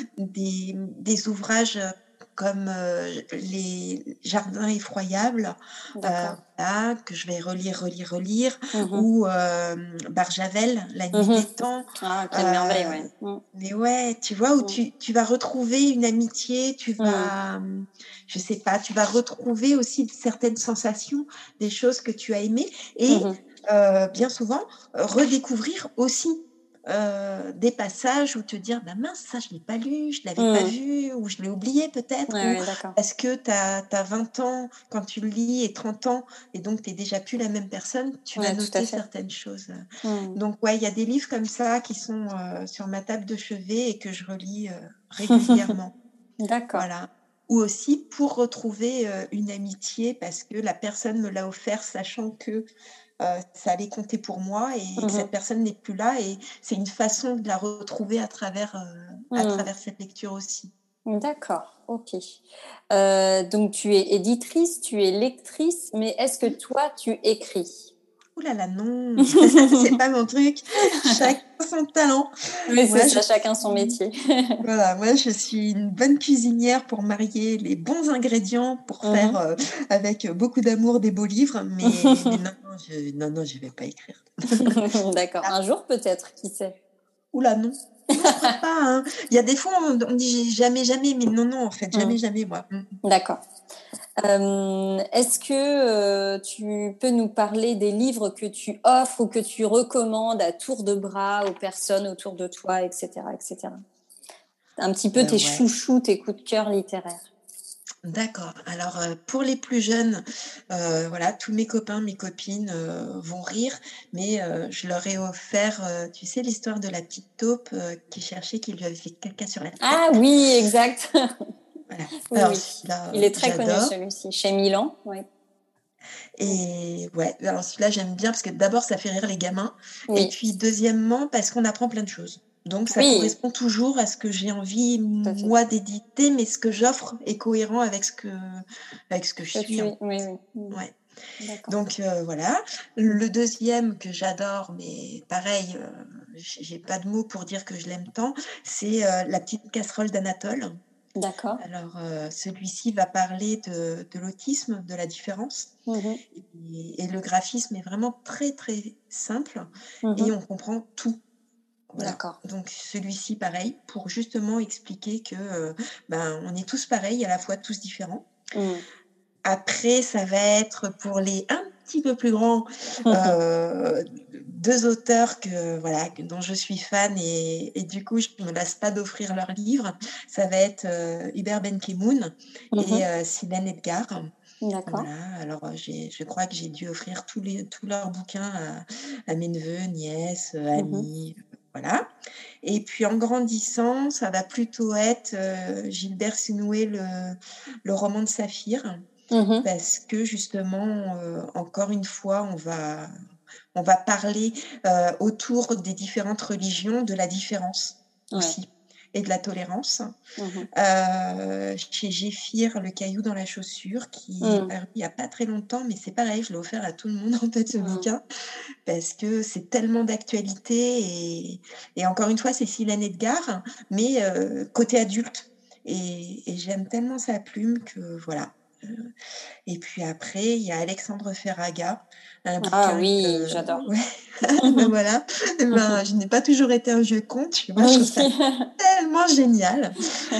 des des ouvrages, heu, comme, heu, les Jardins effroyables, heu, D'accord. voilà, que je vais relire, relire, relire Mmh mh. ou hem, Barjavel, La Mmh nuit mh. des temps, Ah, quelle merveille, heu, ouais. Mmh. mais ouais, tu vois? Où Mmh. tu tu vas retrouver une amitié, tu Mmh. vas, mmh, je sais pas, tu vas retrouver aussi certaines sensations des choses que tu as aimées et Mmh mh. heu, bien souvent, heu, redécouvrir aussi, heu, des passages où te dire: «Bah mince, ça je l'ai pas lu, je l'avais pas Mmh. vu ou je l'ai oublié Ouais, peut-être» ou ouais, d'accord. parce que tu as tu as vingt ans quand tu le lis et trente ans et donc tu es déjà plus la même personne, tu vas Ouais, tout à noter fait. certaines choses, heu, Mmh. donc ouais, il y a des livres comme ça qui sont, heu, sur ma table de chevet et que je relis, heu, régulièrement. D'accord. Voilà. Ou aussi pour retrouver, heu, une amitié parce que la personne me l'a offert sachant que, heu, ça allait compter pour moi et que Mmh cette mh. personne n'est plus là et c'est une façon de la retrouver à travers, heu, à Mmh. travers cette lecture aussi. D'accord, OK. Heu, donc tu es éditrice, tu es lectrice, mais est-ce que Mmh. toi tu écris? Ouh là là, non, c'est pas mon truc. Chacun son talent. Oui, Moi, c'est je ça, chacun son suis métier. voilà, moi, je suis une bonne cuisinière pour marier les bons ingrédients pour faire, Mmh heu, avec beaucoup d'amour des beaux livres, mais mais non, non, je non, non, je vais pas écrire. D'accord. Ah, Un jour peut-être, qui sait? ouh là, non. Non, je crois pas, hein. Il y a des fois, on on dit: «Jamais, jamais», mais non, non, en fait, Mmh. jamais, jamais, moi. Mmh. D'accord. Hem, est-ce que, heu, tu peux nous parler des livres que tu offres ou que tu recommandes à tour de bras aux personnes autour de toi, et cetera, et cetera? Un petit peu Heu, tes ouais. chouchous, tes coups de cœur littéraires. D'accord. Alors, heu, pour les plus jeunes, heu, voilà, tous mes copains, mes copines, heu, vont rire, mais heu, je leur ai offert, heu, tu sais l'histoire de la petite taupe, heu, qui cherchait qui lui avait fait caca sur la Ah tête? oui, exact. Voilà. Oui, Alors oui. celui-là, Il heu, est très connu j'adore celui-ci, chez Milan, oui. Mmh. et ouais, alors celui-là, j'aime bien parce que d'abord, ça fait rire les gamins et Oui, puis deuxièmement, parce qu'on apprend plein de choses. Donc ça oui, correspond toujours à ce que j'ai envie, tout à fait. moi, d'éditer, mais ce que j'offre est cohérent avec ce que avec ce que je Que suis, tu en oui, oui. Mmh. ouais. D'accord. Donc heu, voilà. Mmh. Le deuxième que j'adore, mais pareil, heu, j'ai j'ai pas de mots pour dire que je l'aime tant, c'est, heu, La petite casserole d'Anatole. D'accord. Alors, heu, celui-ci va parler de de l'autisme, de la différence Mmh mh. et et le graphisme est vraiment très, très simple Mmh et mh. on comprend tout. Voilà. D'accord. Donc celui-ci pareil, pour justement expliquer que, heu, ben, on est tous pareils, à la fois tous différents. Mmh. Après, ça va être pour les un petit peu plus grands, heu, deux auteurs que voilà, que dont je suis fan et et du coup, je me lasse pas d'offrir leurs livres. Ça va être, heu, Hubert Benkemoun Mmh et mh. heu, Silène Edgar. D'accord. Voilà, alors, heu, j'ai je crois que j'ai dû offrir tous les tous leurs bouquins à à mes neveux, nièces, heu, Mmh mh. amis, heu, voilà et puis en grandissant, ça va plutôt être, heu, Gilbert Sunoué, le le roman de Saphir. Mmh mh. Parce que justement, heu, encore une fois, on va on va parler, heu, autour des différentes religions, de la différence Ouais. aussi et de la tolérance. Mmh mh. Heu, chez Géphir, Le caillou dans la chaussure qui est Mmh. paru il y a pas très longtemps, mais c'est pareil, je l'ai offert à tout le monde en fait ce Mmh. bouquin, parce que c'est tellement d'actualité et et encore une fois, c'est Silène Edgar, mais heu, côté adulte et et j'aime tellement sa plume que voilà, heu et puis après, il y a Alexandre Ferraga, un Ah bouquin oui, que j'adore. ouais, ben Mmh voilà, et mh. ben, je n'ai pas toujours été un vieux conte, tu vois? Je trouve Oui. ça tellement génial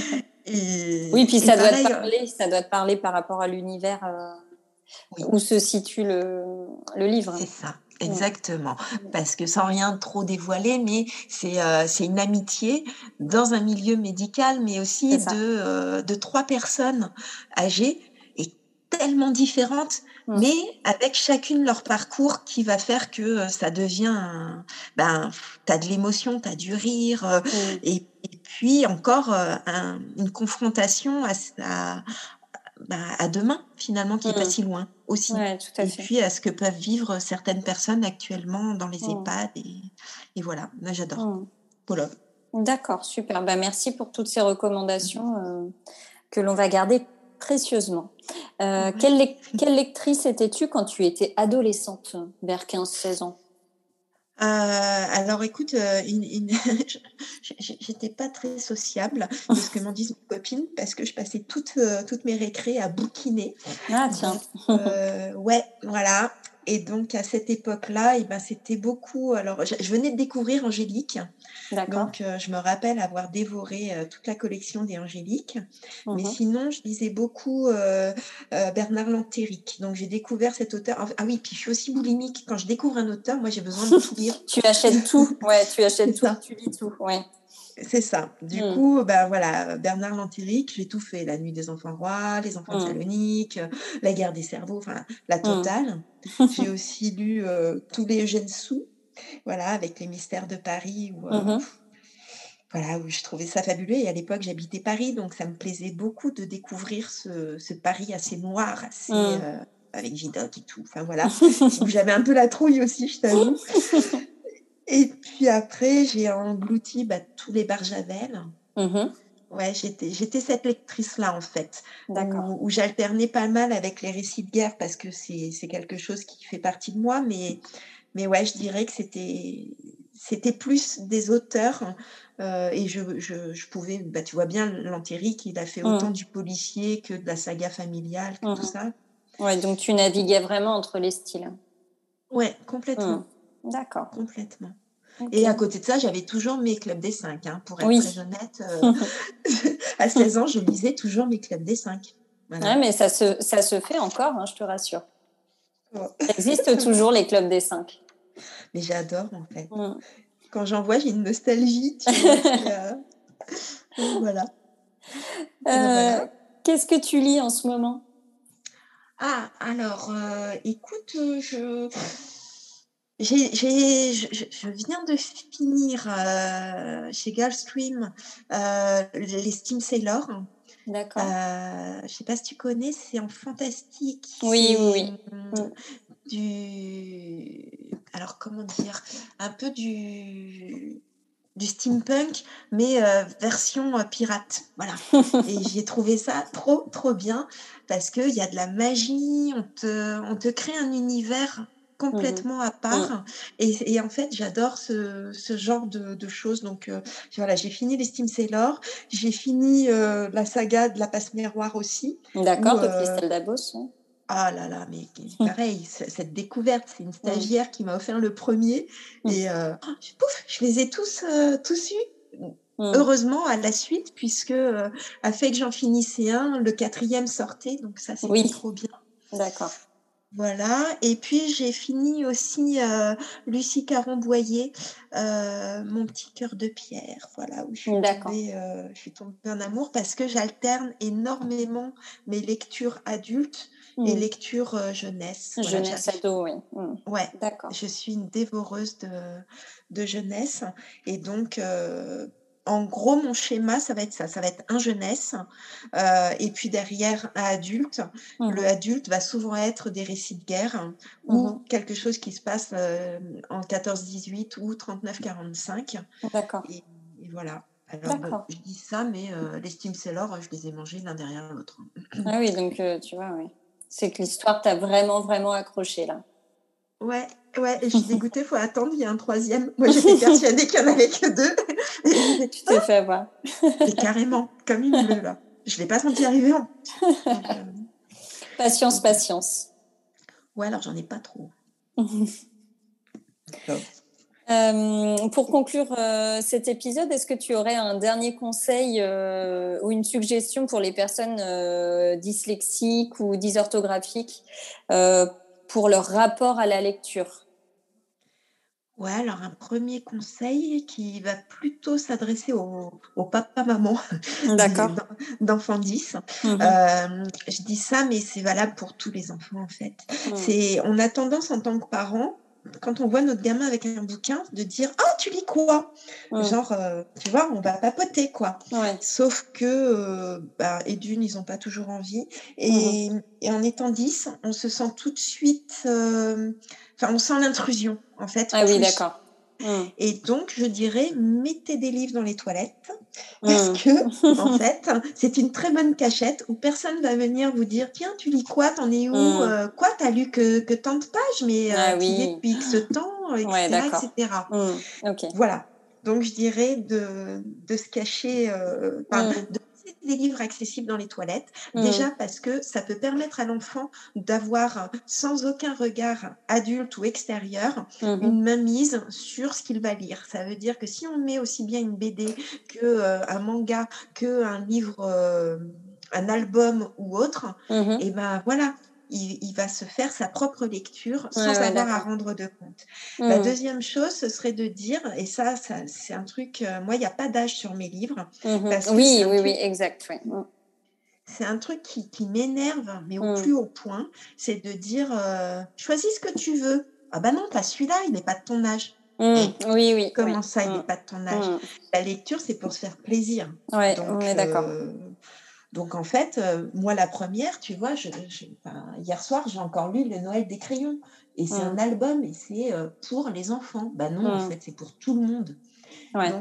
Oui, puis et et ça doit te pareil, heu parler ça doit te parler par rapport à l'univers, heu, oui, où se situe le le livre. c'est ça, Mmh. exactement. Mmh. Parce que sans rien trop dévoiler, mais c'est, heu, c'est une amitié dans un milieu médical, mais C'est aussi de, ça. heu, de trois personnes âgées et tellement différentes, Mmh. mais avec chacune leur parcours qui va faire que, heu, ça devient un ben, tu as de l'émotion, tu as du rire, heu Mmh. et et puis encore, heu, un une confrontation à s à bah, à demain, finalement, qui est pas Mmh. si loin aussi Ouais, tout à et fait. puis à ce que peuvent vivre certaines personnes actuellement dans les Mmh. EHPAD et et voilà, moi j'adore. Mmh. Voilà. D'accord, super. Bah, merci pour toutes ces recommandations, Mmh. heu, que l'on va garder précieusement. Heu, Ouais. quelle lec quelle lectrice étais-tu quand tu étais adolescente, vers quinze seize ans? Heu, alors écoute, heu, une une je j'ai j'ai j'étais pas très sociable de ce que m'en disent mes copines parce que je passais toutes, heu, toutes mes récrés à bouquiner. Ah tiens. Donc heu, ouais, voilà et donc à cette époque-là et ben, c'était beaucoup alors je je venais de découvrir Angélique. D'accord. Donc heu, je me rappelle avoir dévoré, heu, toute la collection des Angéliques. Mais Mmh mh. sinon, je lisais beaucoup, heu heu, Bernard Lanteric. Donc j'ai découvert cet auteur ah ah oui, puis je suis aussi boulimique. Quand je découvre un auteur, moi, j'ai besoin de tout lire. Tu achètes tout, ouais, tu C'est achètes tout, ça, tu lis tout, ouais. c'est ça. Du Mmh. coup, bah, voilà, Bernard Lanteric, j'ai tout fait. La Nuit des enfants rois, Les enfants de Mmh. Salonique, heu, La guerre des cerveaux, enfin la Mmh. totale. J'ai aussi lu, heu, tous les Eugène Sue, voilà, avec Les mystères de Paris où, Mmh heu mh. voilà, où je trouvais ça fabuleux et à l'époque, j'habitais Paris, donc ça me plaisait beaucoup de découvrir ce ce Paris assez noir, assez, Mmh. heu, avec Vidocq et tout, enfin voilà, où j'avais un peu la trouille aussi, je t'avoue et puis après, j'ai englouti, bah, tous les Barjavel, Mmh mh. Ouais, j'étais j'étais cette lectrice-là, en fait, D'accord. où où j'alternais pas mal avec les récits de guerre parce que c'est c'est quelque chose qui fait partie de moi, mais mais ouais, je dirais que c'était c'était plus des auteurs, heu et je je je pouvais bah, tu vois bien l'Empirique, il a fait autant Mmh. du policier que de la saga familiale, que tout Mmh. ça. Ouais, donc tu naviguais vraiment entre les styles. Ouais, Mmh. complètement, D'accord. complètement et à OK. côté de ça, j'avais toujours mes clubs des cinq, hein, pour être très Oui. honnête, heu, à seize ans, je lisais toujours mes clubs des cinq. Ouais, Voilà. mais ça se ça se fait encore, hein, je te rassure. Oh. Ça existe toujours les clubs des cinq. Mais j'adore, en fait. Mmh. Quand j'en vois, j'ai une nostalgie, tu vois? C'est, heu, donc voilà. Voilà, voilà. Heu, qu'est-ce que tu lis en ce moment? Ah, alors, heu, écoute, heu, je j'ai j'ai je je je viens de finir, heu, chez Gulfstream, heu, les Steam Sailor. D'accord. Heu, je sais pas si tu connais, c'est en fantastique, Oui, oui, c'est, oui. mmh, Mmh. du alors comment dire? Un peu du du steampunk, mais heu, version, heu, pirate, voilà et j'ai trouvé ça trop, trop bien parce qu'il y a de la magie, on te on te crée un univers Mmh mh. complètement à Mmh. part et et en fait, j'adore ce ce genre de de choses donc heu, voilà, j'ai fini les Steam Sailor, j'ai fini, heu, la saga de la Passe-Miroir aussi où, D'accord, de heu Christelle Dabos, ouais. ah là là, mais qui pareil, ce cette découverte, c'est une Mmh. stagiaire qui m'a offert le premier Mmh. et heu, je pouf, je les ai tous, heu, tous eus. Mmh, Mmh. heureusement à la suite puisque, heu, a fait que j'en finissais un, le quatrième sortait, donc ça, c'était Oui, trop bien. d'accord. Voilà et puis j'ai fini aussi, heu, Lucie Caron-Boyer, heu, Mon petit cœur de pierre, voilà, où je suis D'accord. tombée, heu, je suis tombée en amour parce que j'alterne énormément mes lectures adultes et Mmh. lectures, heu, jeunesse. Voilà, Jeunesse, j'arrive ado, oui. Mmh. ouais, D'accord. je suis une dévoreuse de de jeunesse et donc heu, en gros, mon schéma, ça va être ça. Ça va être un jeunesse, heu et puis derrière un adulte. Mmh Le mh. adulte va souvent être des récits de guerre Mmh ou mh. quelque chose qui se passe, hem, en quatorze dix-huit ou trente-neuf quarante-cinq D'accord. et et voilà. Alors bon, D'accord. je dis ça, mais heu, les Steam Sailor, je les ai mangés l'un derrière l'autre, hein. Ah oui, donc heu, tu vois, oui. C'est que l'histoire t'a vraiment, vraiment accroché là. Ouais, ouais et je suis dégoûtée, faut attendre, il y a un troisième. Moi, j'étais persuadée qu'il y en avait que deux et je fais: Tu «Ah!» t'es fait avoir. mais carrément, comme une bleue, là. Je l'ai pas senti arriver en plus, donc heu, Patience, donc heu, patience. ouais, alors j'en ai pas trop. D'accord. Hem, pour conclure, heu, cet épisode, est-ce que tu aurais un dernier conseil, heu, ou une suggestion pour les personnes, heu, dyslexiques ou dysorthographiques, heu, pour leur rapport à la lecture? Ouais, alors un premier conseil qui va plutôt s'adresser aux aux papas-mamans des D'accord. d'en d'enfants dys. Mmh mh. Hem, je dis ça, mais c'est valable pour tous les enfants, en fait. Mmh. C'est on a tendance en tant que parents, quand on voit notre gamin avec un bouquin, de dire: «Oh, tu lis quoi?» Mmh. genre, heu, tu vois, on va papoter, quoi. Ouais. Sauf que, heu, bah et d'une, ils ont pas toujours envie Mmh mh. et et en étant dys, on se sent tout de suite, hem, enfin, on sent l'intrusion, en fait, Ah oui, plus. d'accord. Mmh. Et donc je dirais, mettez des livres dans les toilettes parce Mmh. que en fait, c'est une très bonne cachette où personne va venir vous dire: «Tiens, tu lis quoi? Tu en es où? Mmh. Heu, quoi, tu as lu que que tant de pages, mais Ah heu, tu y es oui. depuis X temps?» et Ouais, cetera et d'accord. cetera. Mmh. OK. Voilà, donc je dirais de de se cacher, heu, enfin, Mmh. de laisser des livres accessibles dans les toilettes. Mmh. Déjà parce que ça peut permettre à l'enfant d'avoir, sans aucun regard adulte ou extérieur, Mmh mh. une mainmise sur ce qu'il va lire. Ça veut dire que si on met aussi bien une B D que, heu, un manga, qu'un livre, hem, un album ou autre Mmh mh. et ben, voilà, il il va se faire sa propre lecture Ouais, sans ouais, avoir à d'accord. rendre de compte. La Mmh. deuxième chose, ce serait de dire et ça ça c'est un truc, heu, moi, il y a pas d'âge sur mes livres Mmh parce mh. que c'est Oui, un oui, oui, truc exact, oui. Mmh. c'est un truc qui qui m'énerve, mais au Mmh. plus haut point, c'est de dire, heu: «Choisis ce que tu veux». Ah bah non, pas celui-là, il n'est pas de ton âge. Mmh. Oui, oui, oui. Comment ça, il Mmh. est pas de ton âge? Mmh. La lecture, c'est pour se faire plaisir. Ouais, on Donc est d'accord. heu, donc en fait, heu, moi la première, tu vois, je je enfin, hier soir, j'ai encore lu Le Noël des crayons et c'est un Mmh. album et c'est, heu, pour les enfants. Bah non, en Mmh. fait, c'est pour tout le monde. Ouais. Donc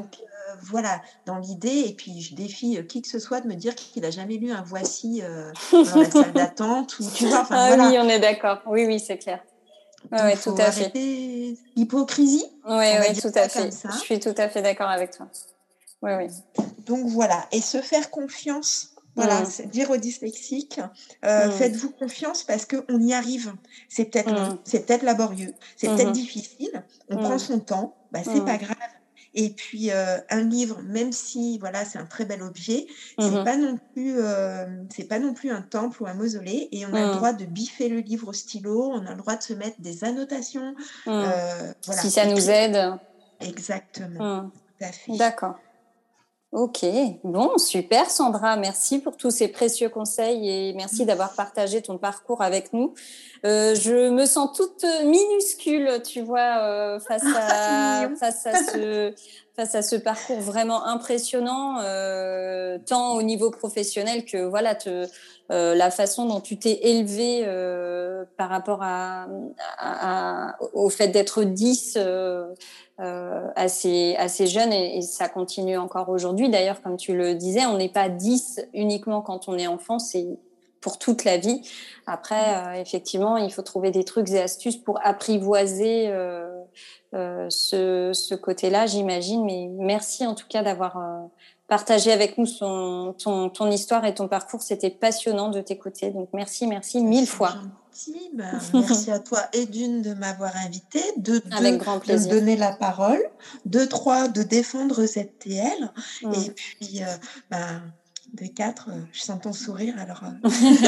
voilà, dans l'idée et puis je défie, heu, qui que ce soit de me dire qu'il a jamais lu un Voici, heu, dans la salle d'attente ou tu vois? Enfin Ah voilà. oui, on est d'accord. Oui, oui, c'est clair. Ouais, Donc ouais, tout faut à fait. arrêter l'hypocrisie, Oui, on va oui, dire tout à ça comme fait. Je ça. suis tout à fait d'accord avec toi. Oui, oui. Donc voilà et se faire confiance, voilà, Mmh. c'est dire aux dyslexiques, heu: Mmh. «Faites-vous confiance parce qu'on y arrive. C'est peut-être long, Mmh. c'est peut-être laborieux, c'est Mmh peut-être mh. difficile, on prend Mmh. son temps, bah, c'est pas Mmh. grave» et puis, heu, un livre, même si voilà, c'est un très bel objet, Mmh c'est mh. pas non plus, hem, c'est pas non plus un temple ou un mausolée et on a le Mmh. droit de biffer le livre au stylo, on a le droit de se mettre des annotations, Mmh. heu, Si voilà, ça nous écrire aide. exactement, Mmh. tout à fait. D'accord. OK. Bon, super Sandra, merci pour tous ces précieux conseils et merci d'avoir partagé ton parcours avec nous. Heu, je me sens toute, minuscule, tu vois, heu, face Ah, c'est à mignon. face à ce face à ce parcours vraiment impressionnant, heu, tant au niveau professionnel que voilà te heu, la façon dont tu t'es élevée, heu, par rapport à, mmh, à à au fait d'être dix, heu heu, assez assez jeune et et ça continue encore aujourd'hui. D'ailleurs, comme tu le disais, on n'est pas dix uniquement quand on est enfant, c'est pour toute la vie. Après, heu, effectivement, il faut trouver des trucs et astuces pour apprivoiser, heu heu, ce ce côté-là, j'imagine. Mais merci en tout cas d'avoir, heu, partagé avec nous son ton ton histoire et ton parcours. C'était passionnant de t'écouter, donc merci, merci Bah, mille c'est fois. gentil. Ben, merci à toi et d'une de m'avoir invitée, de Avec deux grand de me plaisir. donner la parole, de trois de défendre Z T L et Mmh. puis, heu, ben, de quatre, heu, je sens ton sourire alors, heu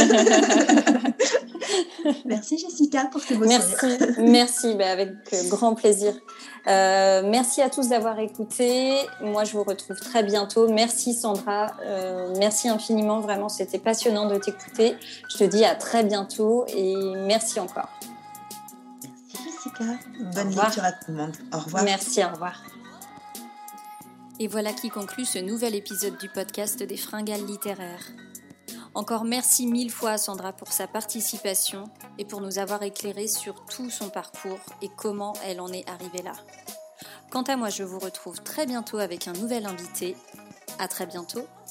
merci Jessica pour ce beau sourire. Merci, merci, bah, avec grand plaisir. Heu, merci à tous d'avoir écouté. Moi, je vous retrouve très bientôt. Merci Sandra, heu, merci infiniment. Vraiment, c'était passionnant de t'écouter. Je te dis à très bientôt et merci encore. Merci Jessica. Au Bonne revoir. lecture à tout le monde. Au revoir. Merci, au revoir. Et voilà qui conclut ce nouvel épisode du podcast des Fringales littéraires. Encore merci mille fois à Sandra pour sa participation et pour nous avoir éclairé sur tout son parcours et comment elle en est arrivée là. Quant à moi, je vous retrouve très bientôt avec un nouvel invité. À très bientôt.